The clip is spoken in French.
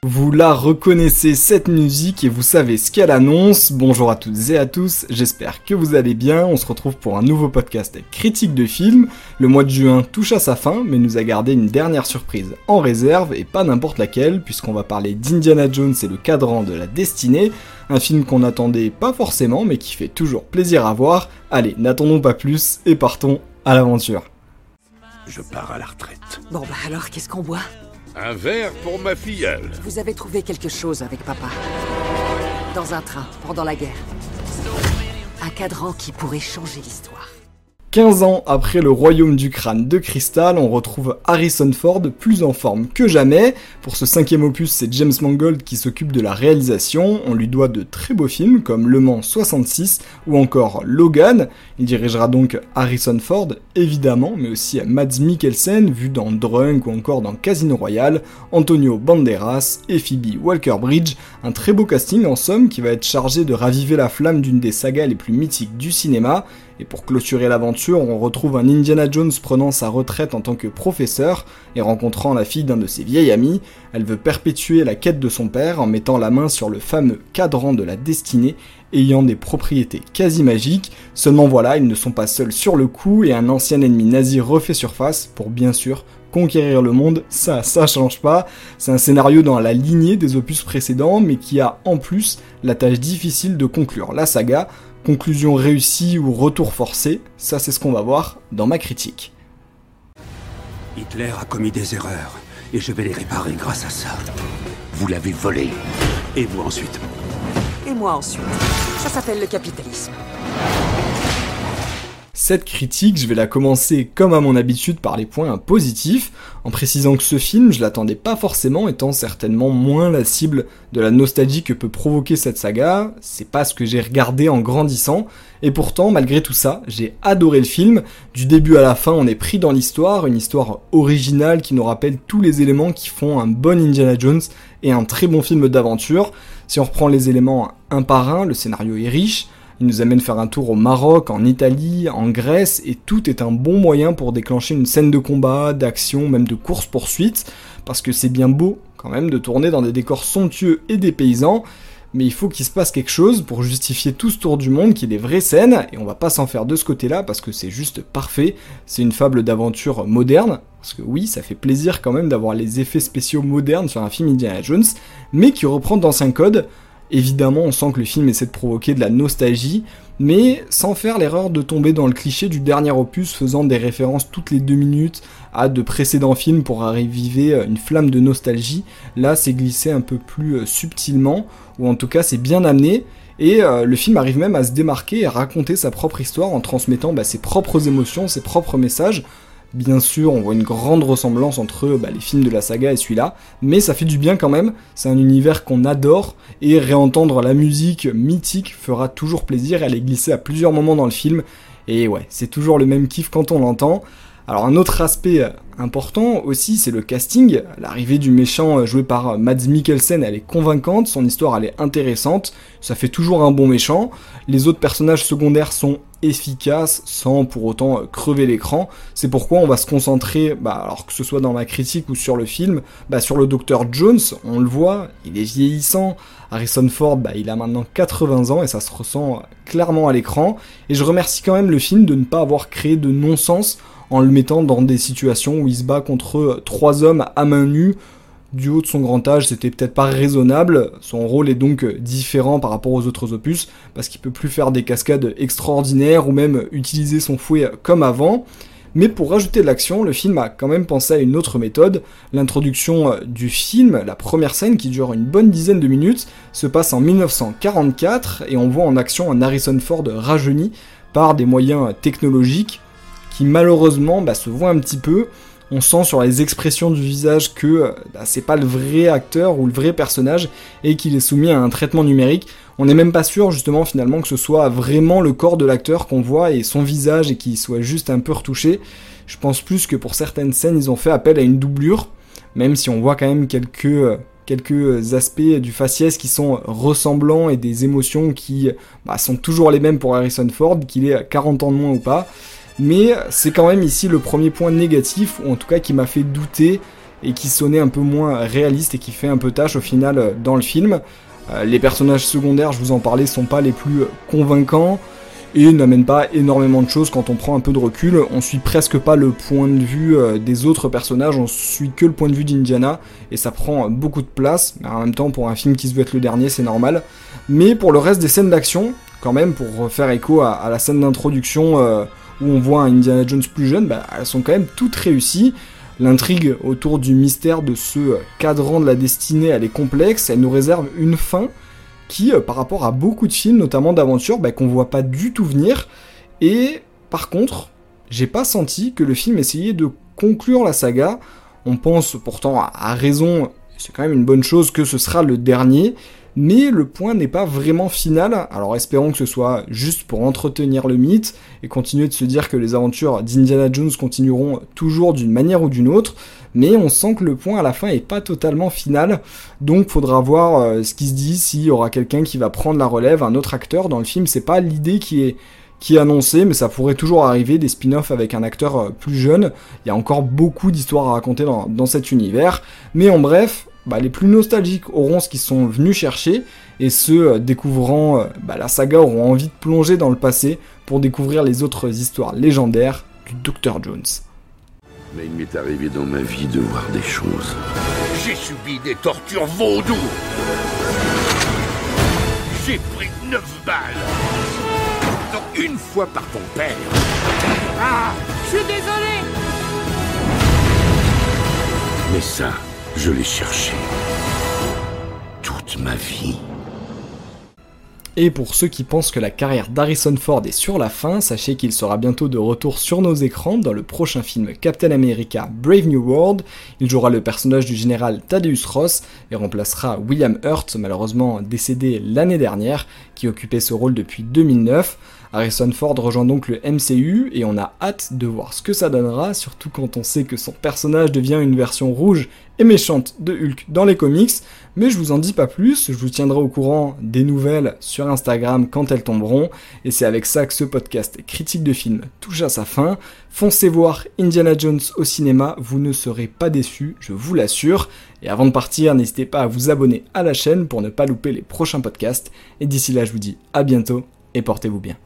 Vous la reconnaissez cette musique et vous savez ce qu'elle annonce. Bonjour à toutes et à tous, j'espère que vous allez bien. On se retrouve pour un nouveau podcast critique de film. Le mois de juin touche à sa fin, mais nous a gardé une dernière surprise en réserve et pas n'importe laquelle, puisqu'on va parler d'Indiana Jones et le cadran de la destinée. Un film qu'on n'attendait pas forcément, mais qui fait toujours plaisir à voir. Allez, n'attendons pas plus et partons à l'aventure. Je pars à la retraite. Bon bah alors, qu'est-ce qu'on boit ? Un verre pour ma filleule. Vous avez trouvé quelque chose avec papa. Dans un train, pendant la guerre. Un cadran qui pourrait changer l'histoire. 15 ans après le royaume du crâne de cristal, on retrouve Harrison Ford plus en forme que jamais. Pour ce 5e opus, c'est James Mangold qui s'occupe de la réalisation. On lui doit de très beaux films comme Le Mans 66 ou encore Logan. Il dirigera donc Harrison Ford, évidemment, mais aussi Mads Mikkelsen, vu dans Drunk ou encore dans Casino Royale, Antonio Banderas et Phoebe Waller-Bridge. Un très beau casting en somme qui va être chargé de raviver la flamme d'une des sagas les plus mythiques du cinéma. Et pour clôturer l'aventure, on retrouve un Indiana Jones prenant sa retraite en tant que professeur et rencontrant la fille d'un de ses vieils amis. Elle veut perpétuer la quête de son père en mettant la main sur le fameux cadran de la destinée ayant des propriétés quasi magiques. Seulement voilà, ils ne sont pas seuls sur le coup et un ancien ennemi nazi refait surface pour bien sûr conquérir le monde, ça change pas. C'est un scénario dans la lignée des opus précédents mais qui a en plus la tâche difficile de conclure la saga. Conclusion réussie ou retour forcé, ça c'est ce qu'on va voir dans ma critique. Hitler a commis des erreurs, et je vais les réparer grâce à ça. Vous l'avez volé. Et vous ensuite. Et moi ensuite. Ça s'appelle le capitalisme. Cette critique, je vais la commencer comme à mon habitude par les points positifs, en précisant que ce film, je l'attendais pas forcément, étant certainement moins la cible de la nostalgie que peut provoquer cette saga, c'est pas ce que j'ai regardé en grandissant, et pourtant, malgré tout ça, j'ai adoré le film, du début à la fin, on est pris dans l'histoire, une histoire originale qui nous rappelle tous les éléments qui font un bon Indiana Jones et un très bon film d'aventure. Si on reprend les éléments un par un, le scénario est riche, il nous amène faire un tour au Maroc, en Italie, en Grèce, et tout est un bon moyen pour déclencher une scène de combat, d'action, même de course-poursuite, parce que c'est bien beau, quand même, de tourner dans des décors somptueux et dépaysants, mais il faut qu'il se passe quelque chose pour justifier tout ce tour du monde, qu'il y ait des vraies scènes, et on va pas s'en faire de ce côté-là, parce que c'est juste parfait, c'est une fable d'aventure moderne, parce que oui, ça fait plaisir quand même d'avoir les effets spéciaux modernes sur un film Indiana Jones, mais qui reprend d'anciens codes. Évidemment, on sent que le film essaie de provoquer de la nostalgie, mais sans faire l'erreur de tomber dans le cliché du dernier opus faisant des références toutes les 2 minutes à de précédents films pour raviver une flamme de nostalgie. Là, c'est glissé un peu plus subtilement, ou en tout cas, c'est bien amené, et le film arrive même à se démarquer et à raconter sa propre histoire en transmettant ses propres émotions, ses propres messages. Bien sûr, on voit une grande ressemblance entre les films de la saga et celui-là, mais ça fait du bien quand même, c'est un univers qu'on adore, et réentendre la musique mythique fera toujours plaisir, elle est glissée à plusieurs moments dans le film, et ouais, c'est toujours le même kiff quand on l'entend. Alors un autre aspect important aussi, c'est le casting. L'arrivée du méchant joué par Mads Mikkelsen, elle est convaincante, son histoire elle est intéressante, ça fait toujours un bon méchant. Les autres personnages secondaires sont efficaces sans pour autant crever l'écran. C'est pourquoi on va se concentrer, alors que ce soit dans ma critique ou sur le film, sur le Dr Jones. On le voit, il est vieillissant. Harrison Ford, il a maintenant 80 ans et ça se ressent clairement à l'écran. Et je remercie quand même le film de ne pas avoir créé de non-sens en le mettant dans des situations où il se bat contre 3 hommes à main nue. Du haut de son grand âge, c'était peut-être pas raisonnable, son rôle est donc différent par rapport aux autres opus, parce qu'il peut plus faire des cascades extraordinaires ou même utiliser son fouet comme avant. Mais pour rajouter de l'action, le film a quand même pensé à une autre méthode. L'introduction du film, la première scène qui dure une bonne dizaine de minutes, se passe en 1944 et on voit en action un Harrison Ford rajeuni par des moyens technologiques qui malheureusement se voient un petit peu. On sent sur les expressions du visage que c'est pas le vrai acteur ou le vrai personnage et qu'il est soumis à un traitement numérique. On n'est même pas sûr justement finalement que ce soit vraiment le corps de l'acteur qu'on voit et son visage et qu'il soit juste un peu retouché. Je pense plus que pour certaines scènes ils ont fait appel à une doublure, même si on voit quand même quelques aspects du faciès qui sont ressemblants et des émotions qui sont toujours les mêmes pour Harrison Ford, qu'il ait 40 ans de moins ou pas. Mais c'est quand même ici le premier point négatif, ou en tout cas qui m'a fait douter et qui sonnait un peu moins réaliste et qui fait un peu tâche au final dans le film. Les personnages secondaires, je vous en parlais, sont pas les plus convaincants et n'amènent pas énormément de choses quand on prend un peu de recul. On suit presque pas le point de vue des autres personnages, on suit que le point de vue d'Indiana et ça prend beaucoup de place. Mais en même temps, pour un film qui se veut être le dernier, c'est normal. Mais pour le reste des scènes d'action, quand même, pour faire écho à la scène d'introduction où on voit un Indiana Jones plus jeune, elles sont quand même toutes réussies. L'intrigue autour du mystère de ce cadran de la destinée, elle est complexe, elle nous réserve une fin qui, par rapport à beaucoup de films, notamment d'aventure, qu'on voit pas du tout venir. Et par contre, j'ai pas senti que le film essayait de conclure la saga. On pense pourtant à raison, c'est quand même une bonne chose, que ce sera le dernier, mais le point n'est pas vraiment final, alors espérons que ce soit juste pour entretenir le mythe et continuer de se dire que les aventures d'Indiana Jones continueront toujours d'une manière ou d'une autre, mais on sent que le point à la fin est pas totalement final, donc faudra voir ce qui se dit, s'il y aura quelqu'un qui va prendre la relève, un autre acteur dans le film. C'est pas l'idée qui est annoncée, mais ça pourrait toujours arriver, des spin-offs avec un acteur plus jeune. Il y a encore beaucoup d'histoires à raconter dans cet univers, mais en bref, les plus nostalgiques auront ce qu'ils sont venus chercher, et ceux découvrant la saga auront envie de plonger dans le passé pour découvrir les autres histoires légendaires du Dr. Jones. Mais il m'est arrivé dans ma vie de voir des choses. J'ai subi des tortures vaudou. J'ai pris 9 balles. Donc une fois par ton père. Ah, je suis désolé. Mais ça, je l'ai cherché. Toute ma vie. Et pour ceux qui pensent que la carrière d'Harrison Ford est sur la fin, sachez qu'il sera bientôt de retour sur nos écrans dans le prochain film Captain America Brave New World. Il jouera le personnage du général Thaddeus Ross et remplacera William Hurt, malheureusement décédé l'année dernière, qui occupait ce rôle depuis 2009. Harrison Ford rejoint donc le MCU et on a hâte de voir ce que ça donnera, surtout quand on sait que son personnage devient une version rouge et méchante de Hulk dans les comics. Mais je vous en dis pas plus, je vous tiendrai au courant des nouvelles sur Instagram quand elles tomberont, et c'est avec ça que ce podcast critique de film touche à sa fin. Foncez voir Indiana Jones au cinéma, vous ne serez pas déçus, je vous l'assure. Et avant de partir, n'hésitez pas à vous abonner à la chaîne pour ne pas louper les prochains podcasts, et d'ici là je vous dis à bientôt et portez-vous bien.